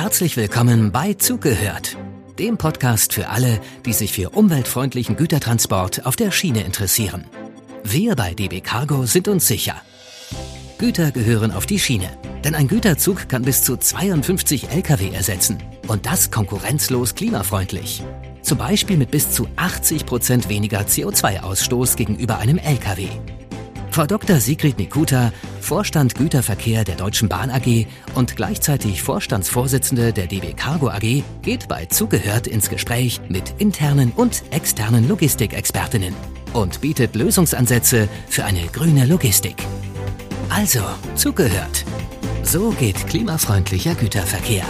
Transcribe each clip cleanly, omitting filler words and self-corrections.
Herzlich willkommen bei Zugehört, dem Podcast für alle, die sich für umweltfreundlichen Gütertransport auf der Schiene interessieren. Wir bei DB Cargo sind uns sicher. Güter gehören auf die Schiene, denn ein Güterzug kann bis zu 52 Lkw ersetzen und das konkurrenzlos klimafreundlich. Zum Beispiel mit bis zu 80% weniger CO2-Ausstoß gegenüber einem Lkw. Frau Dr. Sigrid Nikuta, Vorstand Güterverkehr der Deutschen Bahn AG und gleichzeitig Vorstandsvorsitzende der DB Cargo AG, geht bei Zugehört ins Gespräch mit internen und externen Logistikexpertinnen und bietet Lösungsansätze für eine grüne Logistik. Also, Zugehört. So geht klimafreundlicher Güterverkehr.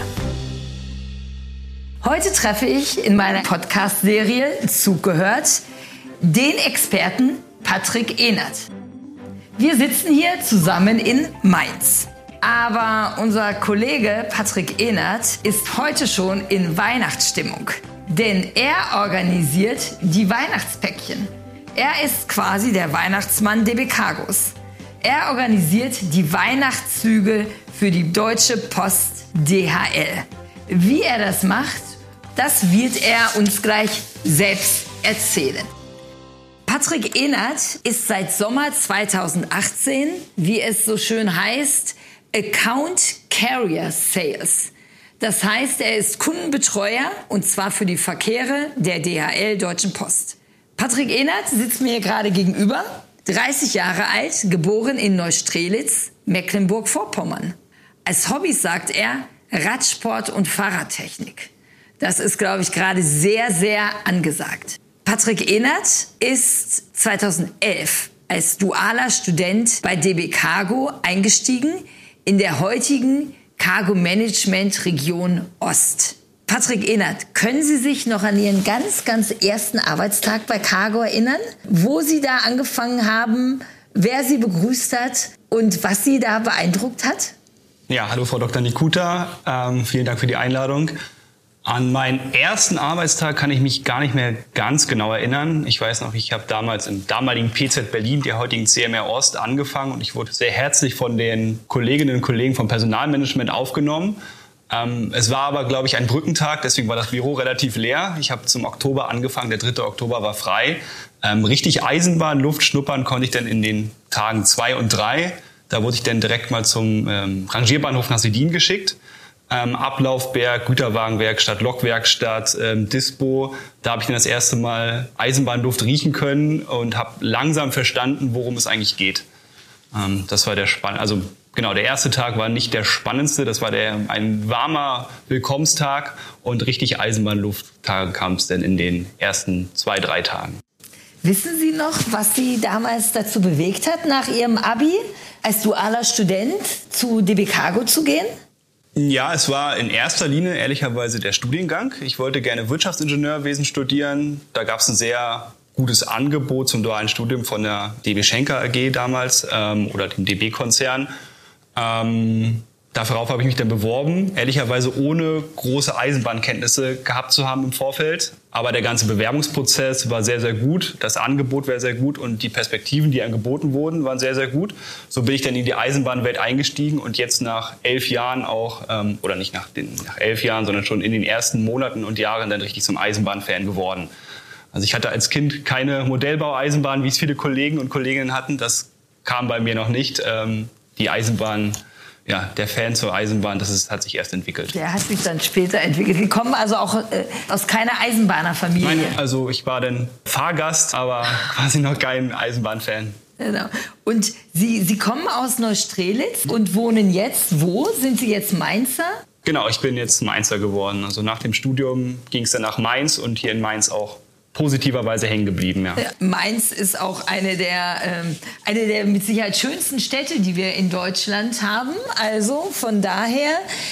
Heute treffe ich in meiner Podcast-Serie Zugehört den Experten Patrick Ehnert. Wir sitzen hier zusammen in Mainz. Aber unser Kollege Patrick Ehnert ist heute schon in Weihnachtsstimmung. Denn er organisiert die Weihnachtspäckchen. Er ist quasi der Weihnachtsmann DB Cargos. Er organisiert die Weihnachtszüge für die Deutsche Post DHL. Wie er das macht, das wird er uns gleich selbst erzählen. Patrick Ehnert ist seit Sommer 2018, wie es so schön heißt, Account Carrier Sales. Das heißt, er ist Kundenbetreuer und zwar für die Verkehre der DHL Deutschen Post. Patrick Ehnert sitzt mir gerade gegenüber, 30 Jahre alt, geboren in Neustrelitz, Mecklenburg-Vorpommern. Als Hobbys sagt er Radsport und Fahrradtechnik. Das ist, glaube ich, gerade sehr, sehr angesagt. Patrick Ehnert ist 2011 als dualer Student bei DB Cargo eingestiegen in der heutigen Cargo Management Region Ost. Patrick Ehnert, können Sie sich noch an Ihren ganz ersten Arbeitstag bei Cargo erinnern? Wo Sie da angefangen haben, wer Sie begrüßt hat und was Sie da beeindruckt hat? Ja, hallo Frau Dr. Nikuta, vielen Dank für die Einladung. An meinen ersten Arbeitstag kann ich mich gar nicht mehr ganz genau erinnern. Ich weiß noch, ich habe damals im damaligen PZ Berlin, der heutigen CMR Ost, angefangen und ich wurde sehr herzlich von den Kolleginnen und Kollegen vom Personalmanagement aufgenommen. Es war aber, glaube ich, ein Brückentag, deswegen war das Büro relativ leer. Ich habe zum Oktober angefangen, der 3. Oktober war frei. Richtig Eisenbahnluft schnuppern konnte ich dann in den Tagen 2 und 3. Da wurde ich dann direkt mal zum Rangierbahnhof nach Sedin geschickt. Ablaufberg, Güterwagenwerkstatt, Lokwerkstatt, Dispo. Da habe ich dann das erste Mal Eisenbahnluft riechen können und habe langsam verstanden, worum es eigentlich geht. Das war der Also genau, der erste Tag war nicht der spannendste. Das war ein warmer Willkommenstag und richtig Eisenbahnluft kam es dann in den ersten 2, 3 Tagen. Wissen Sie noch, was Sie damals dazu bewegt hat, nach Ihrem Abi als dualer Student zu DB Cargo zu gehen? Ja, es war in erster Linie ehrlicherweise der Studiengang. Ich wollte gerne Wirtschaftsingenieurwesen studieren. Da gab es ein sehr gutes Angebot zum dualen Studium von der DB Schenker AG damals oder dem DB-Konzern. Darauf habe ich mich dann beworben, ehrlicherweise ohne große Eisenbahnkenntnisse gehabt zu haben im Vorfeld. Aber der ganze Bewerbungsprozess war sehr, sehr gut. Das Angebot war sehr gut und die Perspektiven, die angeboten wurden, waren sehr, sehr gut. So bin ich dann in die Eisenbahnwelt eingestiegen und jetzt nach 11 Jahren auch, oder nicht nach 11 Jahren, sondern schon in den ersten Monaten und Jahren dann richtig zum Eisenbahnfan geworden. Also ich hatte als Kind keine Modellbau-Eisenbahn, wie es viele Kollegen und Kolleginnen hatten. Das kam bei mir noch nicht. Die Eisenbahn, ja, der Fan zur Eisenbahn, hat sich erst entwickelt. Der hat sich dann später entwickelt. Sie kommen also auch aus keiner Eisenbahnerfamilie. Nein, also ich war dann Fahrgast, aber quasi noch kein Eisenbahnfan. Genau. Und Sie kommen aus Neustrelitz und wohnen jetzt wo? Sind Sie jetzt Mainzer? Genau, ich bin jetzt Mainzer geworden. Also nach dem Studium ging es dann nach Mainz und hier in Mainz auch positiverweise hängen geblieben, ja. Mainz ist auch eine der mit Sicherheit schönsten Städte, die wir in Deutschland haben. Also von daher.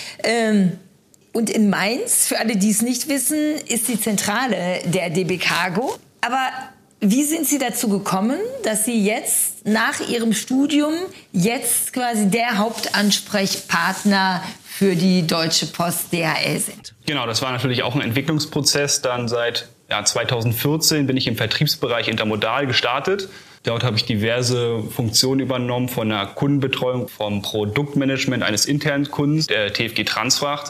Und in Mainz, für alle, die es nicht wissen, ist die Zentrale der DB Cargo. Aber wie sind Sie dazu gekommen, dass Sie jetzt nach Ihrem Studium jetzt quasi der Hauptansprechpartner für die Deutsche Post DHL sind? Genau, das war natürlich auch ein Entwicklungsprozess. Dann seit 2014 bin ich im Vertriebsbereich Intermodal gestartet. Dort habe ich diverse Funktionen übernommen, von der Kundenbetreuung, vom Produktmanagement eines internen Kundens, der TFG Transfracht,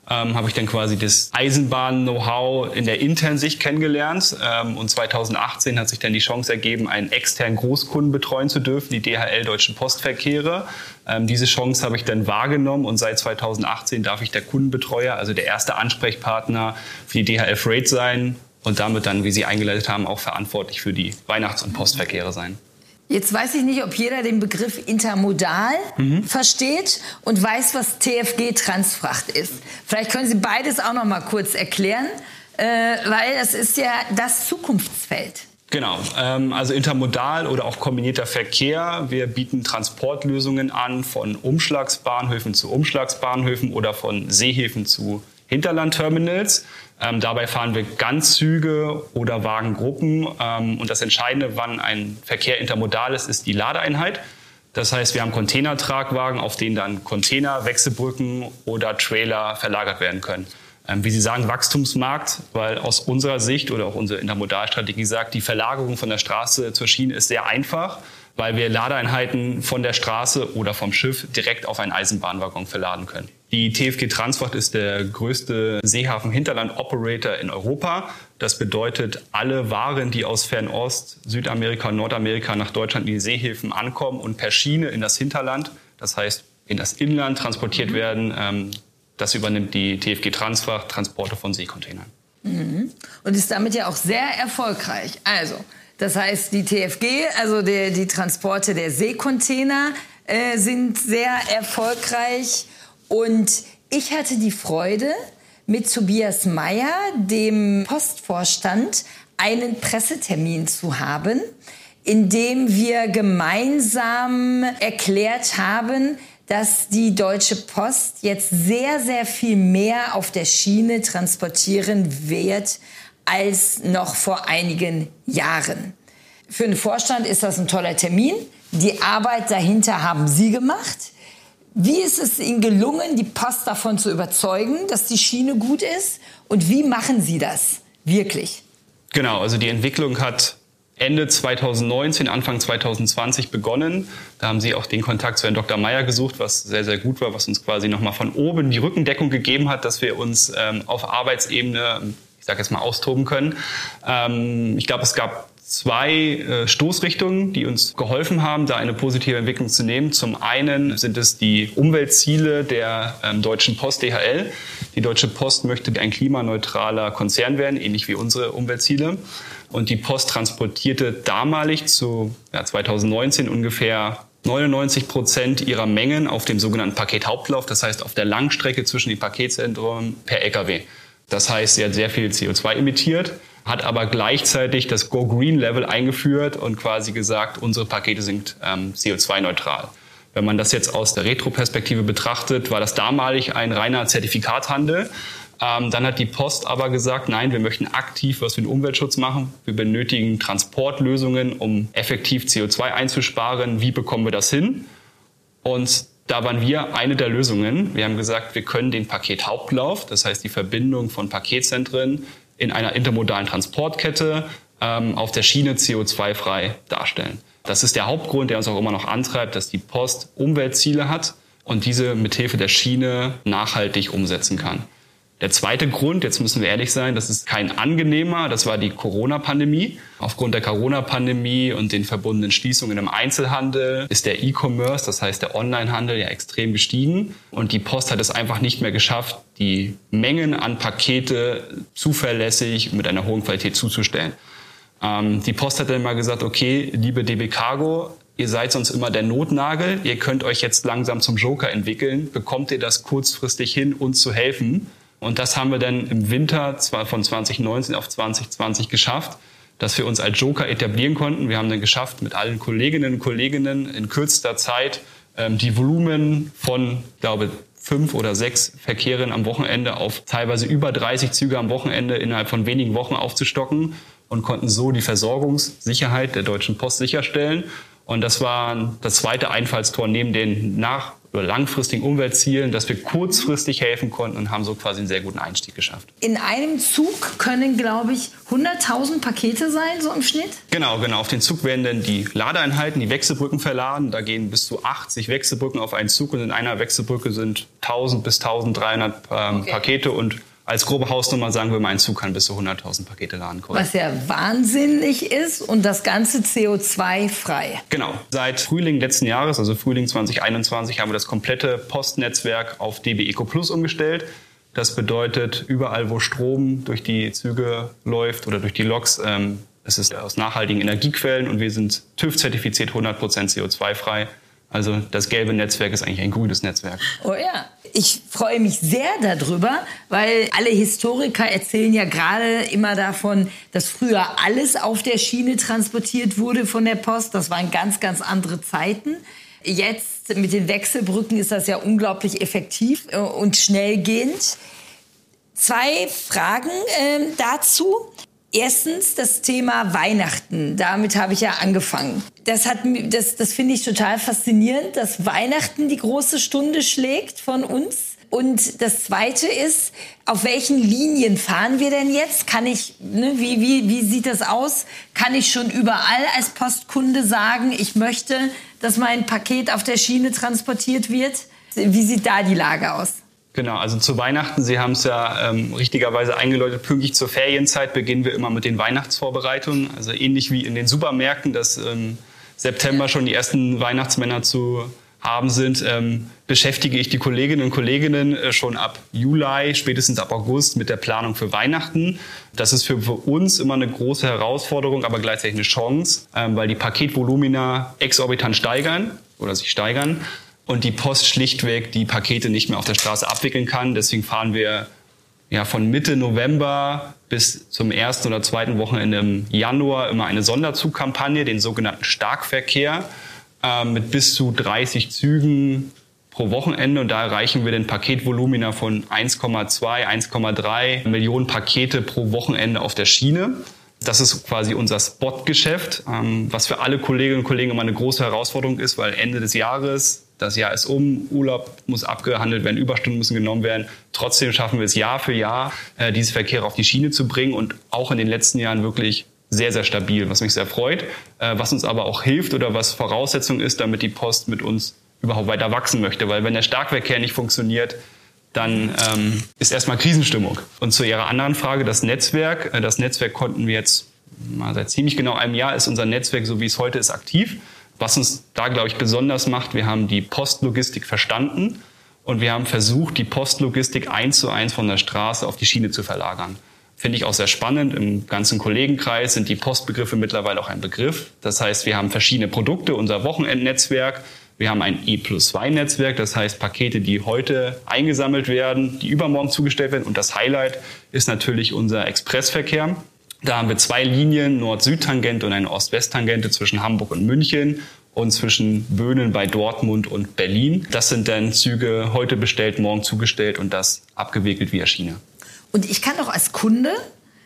habe ich dann quasi das Eisenbahn-Know-how in der internen Sicht kennengelernt. Und 2018 hat sich dann die Chance ergeben, einen externen Großkunden betreuen zu dürfen, die DHL Deutsche Postverkehre. Diese Chance habe ich dann wahrgenommen und seit 2018 darf ich der Kundenbetreuer, also der erste Ansprechpartner für die DHL Freight sein und damit dann, wie Sie eingeleitet haben, auch verantwortlich für die Weihnachts- und Postverkehre sein. Jetzt weiß ich nicht, ob jeder den Begriff intermodal versteht und weiß, was TFG Transfracht ist. Vielleicht können Sie beides auch noch mal kurz erklären, weil das ist ja das Zukunftsfeld. Genau, also intermodal oder auch kombinierter Verkehr. Wir bieten Transportlösungen an von Umschlagsbahnhöfen zu Umschlagsbahnhöfen oder von Seehäfen zu Hinterlandterminals. Dabei fahren wir Ganzzüge oder Wagengruppen. Und das Entscheidende, wann ein Verkehr intermodal ist, ist die Ladeeinheit. Das heißt, wir haben Containertragwagen, auf denen dann Container, Wechselbrücken oder Trailer verlagert werden können. Wie Sie sagen, Wachstumsmarkt, weil aus unserer Sicht oder auch unsere Intermodalstrategie sagt, die Verlagerung von der Straße zur Schiene ist sehr einfach, weil wir Ladeeinheiten von der Straße oder vom Schiff direkt auf einen Eisenbahnwaggon verladen können. Die TFG Transfracht ist der größte Seehafen-Hinterland-Operator in Europa. Das bedeutet, alle Waren, die aus Fernost, Südamerika und Nordamerika nach Deutschland in die Seehäfen ankommen und per Schiene in das Hinterland, das heißt in das Inland transportiert werden, das übernimmt die TFG Transfracht, Transporte von Seekontainern. Und ist damit ja auch sehr erfolgreich. Also, das heißt, die TFG, also die Transporte der Seekontainer, sind sehr erfolgreich. Und ich hatte die Freude, mit Tobias Meyer, dem Postvorstand, einen Pressetermin zu haben, in dem wir gemeinsam erklärt haben, dass die Deutsche Post jetzt sehr, sehr viel mehr auf der Schiene transportieren wird als noch vor einigen Jahren. Für den Vorstand ist das ein toller Termin. Die Arbeit dahinter haben Sie gemacht. Wie ist es Ihnen gelungen, die Post davon zu überzeugen, dass die Schiene gut ist? Und wie machen Sie das wirklich? Genau, also die Entwicklung hat Ende 2019, Anfang 2020 begonnen. Da haben Sie auch den Kontakt zu Herrn Dr. Meyer gesucht, was sehr, sehr gut war, was uns quasi nochmal von oben die Rückendeckung gegeben hat, dass wir uns auf Arbeitsebene, ich sage jetzt mal, austoben können. Ich glaube, es gab zwei Stoßrichtungen, die uns geholfen haben, da eine positive Entwicklung zu nehmen. Zum einen sind es die Umweltziele der Deutschen Post DHL. Die Deutsche Post möchte ein klimaneutraler Konzern werden, ähnlich wie unsere Umweltziele. Und die Post transportierte damalig zu 2019 ungefähr 99% ihrer Mengen auf dem sogenannten Pakethauptlauf, das heißt auf der Langstrecke zwischen den Paketzentren per LKW. Das heißt, sie hat sehr viel CO2 emittiert, hat aber gleichzeitig das Go Green Level eingeführt und quasi gesagt, unsere Pakete sind CO2-neutral. Wenn man das jetzt aus der Retroperspektive betrachtet, war das damalig ein reiner Zertifikathandel. Dann hat die Post aber gesagt, nein, wir möchten aktiv was für den Umweltschutz machen. Wir benötigen Transportlösungen, um effektiv CO2 einzusparen. Wie bekommen wir das hin? Und da waren wir eine der Lösungen. Wir haben gesagt, wir können den Pakethauptlauf, das heißt die Verbindung von Paketzentren in einer intermodalen Transportkette auf der Schiene CO2-frei darstellen. Das ist der Hauptgrund, der uns auch immer noch antreibt, dass die Post Umweltziele hat und diese mithilfe der Schiene nachhaltig umsetzen kann. Der zweite Grund, jetzt müssen wir ehrlich sein, das ist kein angenehmer, das war die Corona-Pandemie. Aufgrund der Corona-Pandemie und den verbundenen Schließungen im Einzelhandel ist der E-Commerce, das heißt der Onlinehandel, ja extrem gestiegen. Und die Post hat es einfach nicht mehr geschafft, die Mengen an Pakete zuverlässig mit einer hohen Qualität zuzustellen. Die Post hat dann mal gesagt, okay, liebe DB Cargo, ihr seid sonst immer der Notnagel, ihr könnt euch jetzt langsam zum Joker entwickeln, bekommt ihr das kurzfristig hin, uns zu helfen? Und das haben wir dann im Winter von 2019 auf 2020 geschafft, dass wir uns als Joker etablieren konnten. Wir haben dann geschafft, mit allen Kolleginnen und Kollegen in kürzester Zeit die Volumen von, ich glaube, 5 oder 6 Verkehren am Wochenende auf teilweise über 30 Züge am Wochenende innerhalb von wenigen Wochen aufzustocken und konnten so die Versorgungssicherheit der Deutschen Post sicherstellen. Und das war das zweite Einfallstor neben den oder langfristigen Umweltzielen, dass wir kurzfristig helfen konnten und haben so quasi einen sehr guten Einstieg geschafft. In einem Zug können, glaube ich, 100.000 Pakete sein, so im Schnitt? Genau. Auf den Zug werden dann die Ladeeinheiten, die Wechselbrücken verladen. Da gehen bis zu 80 Wechselbrücken auf einen Zug und in einer Wechselbrücke sind 1000 bis 1300 Pakete und als grobe Hausnummer sagen wir mal, ein Zug kann bis zu 100.000 Pakete laden. Korrekt. Was ja wahnsinnig ist und das Ganze CO2-frei. Genau. Seit Frühling letzten Jahres, also Frühling 2021, haben wir das komplette Postnetzwerk auf DB Eco Plus umgestellt. Das bedeutet, überall, wo Strom durch die Züge läuft oder durch die Loks, es ist aus nachhaltigen Energiequellen und wir sind TÜV-zertifiziert 100% CO2-frei. Also das gelbe Netzwerk ist eigentlich ein grünes Netzwerk. Oh ja. Ich freue mich sehr darüber, weil alle Historiker erzählen ja gerade immer davon, dass früher alles auf der Schiene transportiert wurde von der Post. Das waren ganz, ganz andere Zeiten. Jetzt mit den Wechselbrücken ist das ja unglaublich effektiv und schnellgehend. 2 Fragen dazu. Erstens das Thema Weihnachten. Damit habe ich ja angefangen. Das finde ich total faszinierend, dass Weihnachten die große Stunde schlägt von uns. Und das Zweite ist, auf welchen Linien fahren wir denn jetzt? Kann ich, wie sieht das aus? Kann ich schon überall als Postkunde sagen, ich möchte, dass mein Paket auf der Schiene transportiert wird? Wie sieht da die Lage aus? Genau, also zu Weihnachten, Sie haben es ja richtigerweise eingeläutet, pünktlich zur Ferienzeit beginnen wir immer mit den Weihnachtsvorbereitungen. Also ähnlich wie in den Supermärkten, dass im September schon die ersten Weihnachtsmänner zu haben sind, beschäftige ich die Kolleginnen und Kollegen schon ab Juli, spätestens ab August mit der Planung für Weihnachten. Das ist für uns immer eine große Herausforderung, aber gleichzeitig eine Chance, weil die Paketvolumina exorbitant sich steigern. Und die Post schlichtweg die Pakete nicht mehr auf der Straße abwickeln kann. Deswegen fahren wir von Mitte November bis zum 1. oder 2. Wochenende im Januar immer eine Sonderzugkampagne, den sogenannten Starkverkehr, mit bis zu 30 Zügen pro Wochenende. Und da erreichen wir den Paketvolumina von 1,2, 1,3 Millionen Pakete pro Wochenende auf der Schiene. Das ist quasi unser Spotgeschäft, was für alle Kolleginnen und Kollegen immer eine große Herausforderung ist, weil Ende des Jahres, das Jahr ist Urlaub muss abgehandelt werden, Überstunden müssen genommen werden. Trotzdem schaffen wir es Jahr für Jahr, diese Verkehre auf die Schiene zu bringen und auch in den letzten Jahren wirklich sehr, sehr stabil, was mich sehr freut, was uns aber auch hilft oder was Voraussetzung ist, damit die Post mit uns überhaupt weiter wachsen möchte. Weil wenn der Starkverkehr nicht funktioniert, dann ist erstmal Krisenstimmung. Und zu Ihrer anderen Frage, das Netzwerk. Das Netzwerk konnten wir jetzt seit ziemlich genau einem Jahr ist unser Netzwerk, so wie es heute ist, aktiv. Was uns da, glaube ich, besonders macht, wir haben die Postlogistik verstanden und wir haben versucht, die Postlogistik 1:1 von der Straße auf die Schiene zu verlagern. Finde ich auch sehr spannend. Im ganzen Kollegenkreis sind die Postbegriffe mittlerweile auch ein Begriff. Das heißt, wir haben verschiedene Produkte, unser Wochenendnetzwerk. Wir haben ein E+2-Netzwerk, das heißt Pakete, die heute eingesammelt werden, die übermorgen zugestellt werden. Und das Highlight ist natürlich unser Expressverkehr. Da haben wir 2 Linien, Nord-Süd-Tangente und eine Ost-West-Tangente zwischen Hamburg und München und zwischen Böhnen bei Dortmund und Berlin. Das sind dann Züge heute bestellt, morgen zugestellt und das abgewickelt via Schiene. Und ich kann doch als Kunde,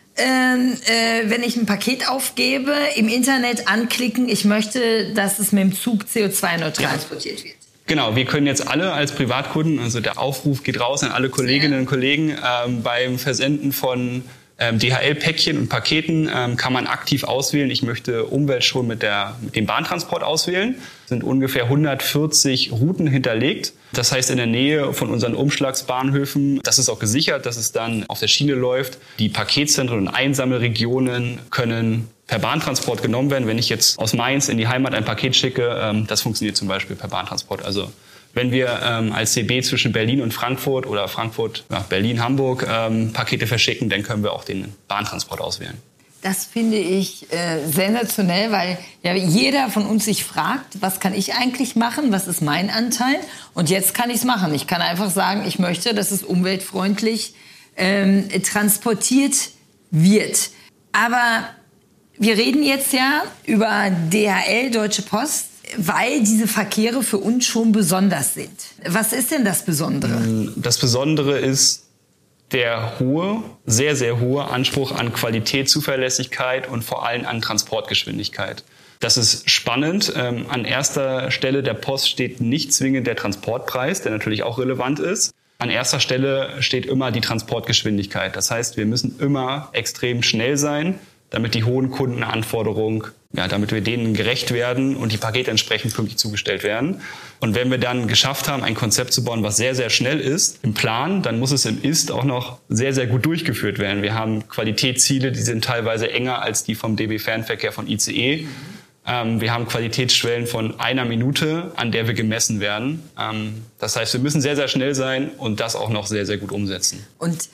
wenn ich ein Paket aufgebe, im Internet anklicken, ich möchte, dass es mit dem Zug CO2-neutral transportiert wird. Genau, wir können jetzt alle als Privatkunden, also der Aufruf geht raus an alle Kolleginnen und Kollegen, beim Versenden von DHL-Päckchen und Paketen kann man aktiv auswählen. Ich möchte Umweltschonung mit dem Bahntransport auswählen. Es sind ungefähr 140 Routen hinterlegt. Das heißt, in der Nähe von unseren Umschlagsbahnhöfen, das ist auch gesichert, dass es dann auf der Schiene läuft. Die Paketzentren und Einsammelregionen können per Bahntransport genommen werden. Wenn ich jetzt aus Mainz in die Heimat ein Paket schicke, das funktioniert zum Beispiel per Bahntransport. Also wenn wir als DB zwischen Berlin und Frankfurt oder Frankfurt, Berlin, Hamburg Pakete verschicken, dann können wir auch den Bahntransport auswählen. Das finde ich sensationell, weil ja jeder von uns sich fragt, was kann ich eigentlich machen, was ist mein Anteil? Und jetzt kann ich es machen. Ich kann einfach sagen, ich möchte, dass es umweltfreundlich transportiert wird. Aber wir reden jetzt ja über DHL, Deutsche Post, weil diese Verkehre für uns schon besonders sind. Was ist denn das Besondere? Das Besondere ist der sehr, sehr hohe Anspruch an Qualität, Zuverlässigkeit und vor allem an Transportgeschwindigkeit. Das ist spannend. An erster Stelle der Post steht nicht zwingend der Transportpreis, der natürlich auch relevant ist. An erster Stelle steht immer die Transportgeschwindigkeit. Das heißt, wir müssen immer extrem schnell sein, damit die hohen Kundenanforderungen, damit wir denen gerecht werden und die Pakete entsprechend pünktlich zugestellt werden. Und wenn wir dann geschafft haben, ein Konzept zu bauen, was sehr, sehr schnell ist im Plan, dann muss es im Ist auch noch sehr, sehr gut durchgeführt werden. Wir haben Qualitätsziele, die sind teilweise enger als die vom DB Fernverkehr von ICE. Wir haben Qualitätsschwellen von 1 Minute, an der wir gemessen werden. Das heißt, wir müssen sehr, sehr schnell sein und das auch noch sehr, sehr gut umsetzen. Und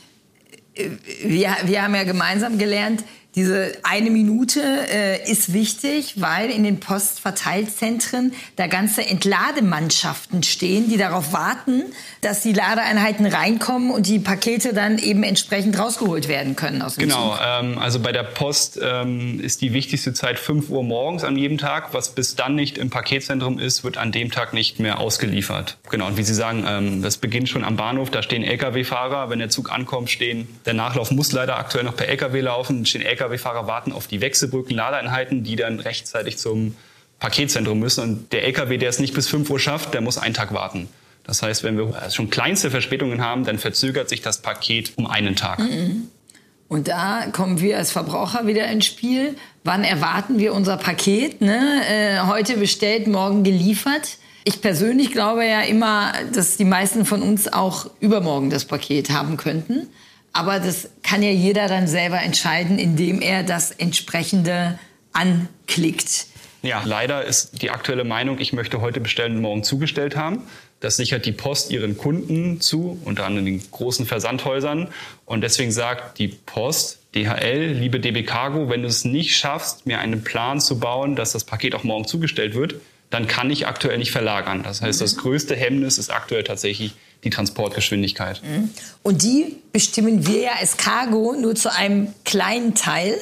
wir haben ja gemeinsam gelernt, diese 1 Minute ist wichtig, weil in den Postverteilzentren da ganze Entlademannschaften stehen, die darauf warten, dass die Ladeeinheiten reinkommen und die Pakete dann eben entsprechend rausgeholt werden können aus dem Zug. Also bei der Post ist die wichtigste Zeit 5 Uhr morgens an jedem Tag. Was bis dann nicht im Paketzentrum ist, wird an dem Tag nicht mehr ausgeliefert. Genau, und wie Sie sagen, das beginnt schon am Bahnhof. Da stehen Lkw-Fahrer. Wenn der Zug ankommt, der Nachlauf muss leider aktuell noch per Lkw laufen, stehen Lkw-Fahrer warten auf die Wechselbrücken, Ladeeinheiten, die dann rechtzeitig zum Paketzentrum müssen. Und der Lkw, der es nicht bis 5 Uhr schafft, der muss einen Tag warten. Das heißt, wenn wir schon kleinste Verspätungen haben, dann verzögert sich das Paket um einen Tag. Und da kommen wir als Verbraucher wieder ins Spiel. Wann erwarten wir unser Paket? Heute bestellt, morgen geliefert. Ich persönlich glaube ja immer, dass die meisten von uns auch übermorgen das Paket haben könnten. Aber das kann ja jeder dann selber entscheiden, indem er das Entsprechende anklickt. Ja, leider ist die aktuelle Meinung, ich möchte heute bestellen und morgen zugestellt haben. Das sichert die Post ihren Kunden zu, unter anderem den großen Versandhäusern. Und deswegen sagt die Post, DHL, liebe DB Cargo, wenn du es nicht schaffst, mir einen Plan zu bauen, dass das Paket auch morgen zugestellt wird, dann kann ich aktuell nicht verlagern. Das heißt, das größte Hemmnis ist aktuell tatsächlich die Transportgeschwindigkeit. Und die bestimmen wir ja als Cargo nur zu einem kleinen Teil.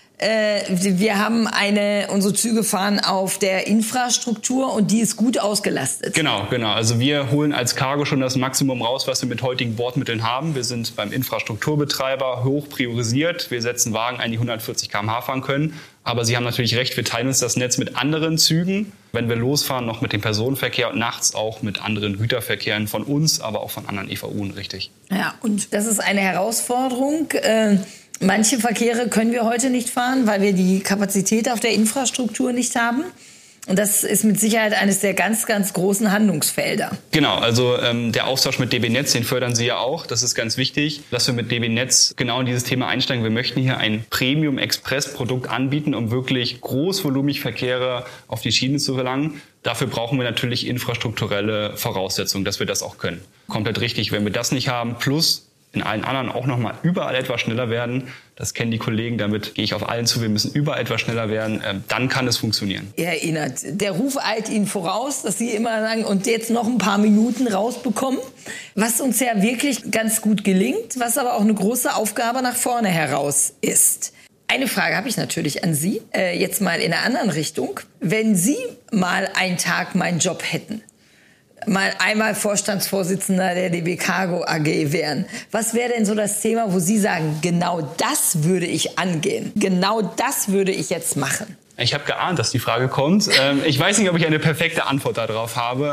Wir haben unsere Züge fahren auf der Infrastruktur und die ist gut ausgelastet. Genau. Also wir holen als Cargo schon das Maximum raus, was wir mit heutigen Bordmitteln haben. Wir sind beim Infrastrukturbetreiber hoch priorisiert. Wir setzen Wagen ein, die 140 km/h fahren können. Aber Sie haben natürlich recht, wir teilen uns das Netz mit anderen Zügen. Wenn wir losfahren, noch mit dem Personenverkehr und nachts auch mit anderen Güterverkehren von uns, aber auch von anderen EVUen, richtig. Ja, und das ist eine Herausforderung. Manche Verkehre können wir heute nicht fahren, weil wir die Kapazität auf der Infrastruktur nicht haben. Und das ist mit Sicherheit eines der ganz, ganz großen Handlungsfelder. Genau, also der Austausch mit DB Netz, den fördern Sie ja auch. Das ist ganz wichtig, dass wir mit DB Netz genau in dieses Thema einsteigen. Wir möchten hier ein Premium-Express-Produkt anbieten, um wirklich großvolumig Verkehre auf die Schiene zu verlangen. Dafür brauchen wir natürlich infrastrukturelle Voraussetzungen, dass wir das auch können. Komplett richtig, wenn wir das nicht haben, plus in allen anderen auch nochmal überall etwas schneller werden. Das kennen die Kollegen, damit gehe ich auf allen zu. Wir müssen überall etwas schneller werden, dann kann es funktionieren. Herr Ehnert, der Ruf eilt Ihnen voraus, dass Sie immer sagen, und jetzt noch ein paar Minuten rausbekommen. Was uns ja wirklich ganz gut gelingt, was aber auch eine große Aufgabe nach vorne heraus ist. Eine Frage habe ich natürlich an Sie, jetzt mal in einer anderen Richtung. Wenn Sie mal einen Tag meinen Job hätten, mal einmal Vorstandsvorsitzender der DB Cargo AG wären. Was wäre denn so das Thema, wo Sie sagen, genau das würde ich angehen, genau das würde ich jetzt machen? Ich habe geahnt, dass die Frage kommt. Ich weiß nicht, ob ich eine perfekte Antwort darauf habe.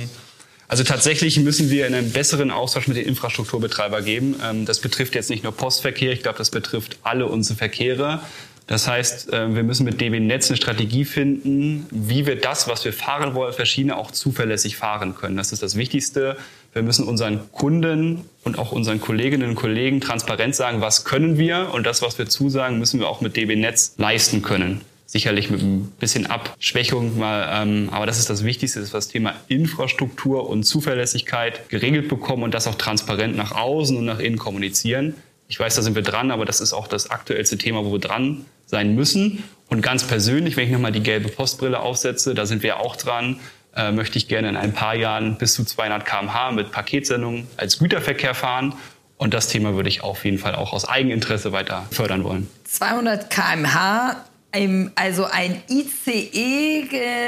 Also tatsächlich müssen wir in einen besseren Austausch mit den Infrastrukturbetreibern geben. Das betrifft jetzt nicht nur Postverkehr, ich glaube, das betrifft alle unsere Verkehre. Das heißt, wir müssen mit DB Netz eine Strategie finden, wie wir das, was wir fahren wollen, verschiedene auch zuverlässig fahren können. Das ist das Wichtigste. Wir müssen unseren Kunden und auch unseren Kolleginnen und Kollegen transparent sagen, was können wir, und das, was wir zusagen, müssen wir auch mit DB Netz leisten können. Sicherlich mit ein bisschen Abschwächung, aber das ist das Wichtigste, dass wir das Thema Infrastruktur und Zuverlässigkeit geregelt bekommen und das auch transparent nach außen und nach innen kommunizieren. Ich weiß, da sind wir dran, aber das ist auch das aktuellste Thema, wo wir dran sein müssen. Und ganz persönlich, wenn ich nochmal die gelbe Postbrille aufsetze, da sind wir auch dran, möchte ich gerne in ein paar Jahren bis zu 200 km/h mit Paketsendungen als Güterverkehr fahren. Und das Thema würde ich auf jeden Fall auch aus Eigeninteresse weiter fördern wollen. 200 km/h, also ein ICE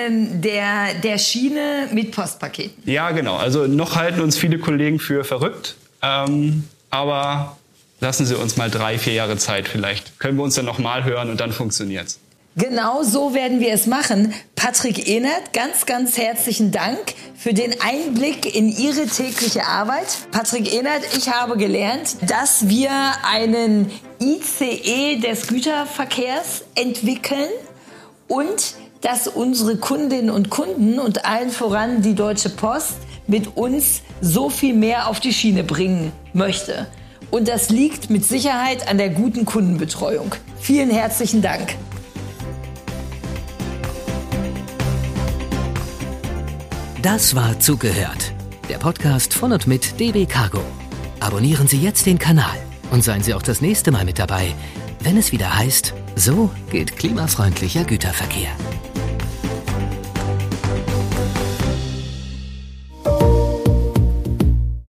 der Schiene mit Postpaketen. Ja, genau. Also noch halten uns viele Kollegen für verrückt, aber lassen Sie uns mal 3-4 Jahre Zeit, vielleicht können wir uns dann noch mal hören und dann funktioniert's. Genau so werden wir es machen. Patrick Ehnert, ganz, ganz herzlichen Dank für den Einblick in Ihre tägliche Arbeit. Patrick Ehnert, ich habe gelernt, dass wir einen ICE des Güterverkehrs entwickeln und dass unsere Kundinnen und Kunden und allen voran die Deutsche Post mit uns so viel mehr auf die Schiene bringen möchte. Und das liegt mit Sicherheit an der guten Kundenbetreuung. Vielen herzlichen Dank. Das war Zugehört, der Podcast von und mit DB Cargo. Abonnieren Sie jetzt den Kanal und seien Sie auch das nächste Mal mit dabei, wenn es wieder heißt, so geht klimafreundlicher Güterverkehr.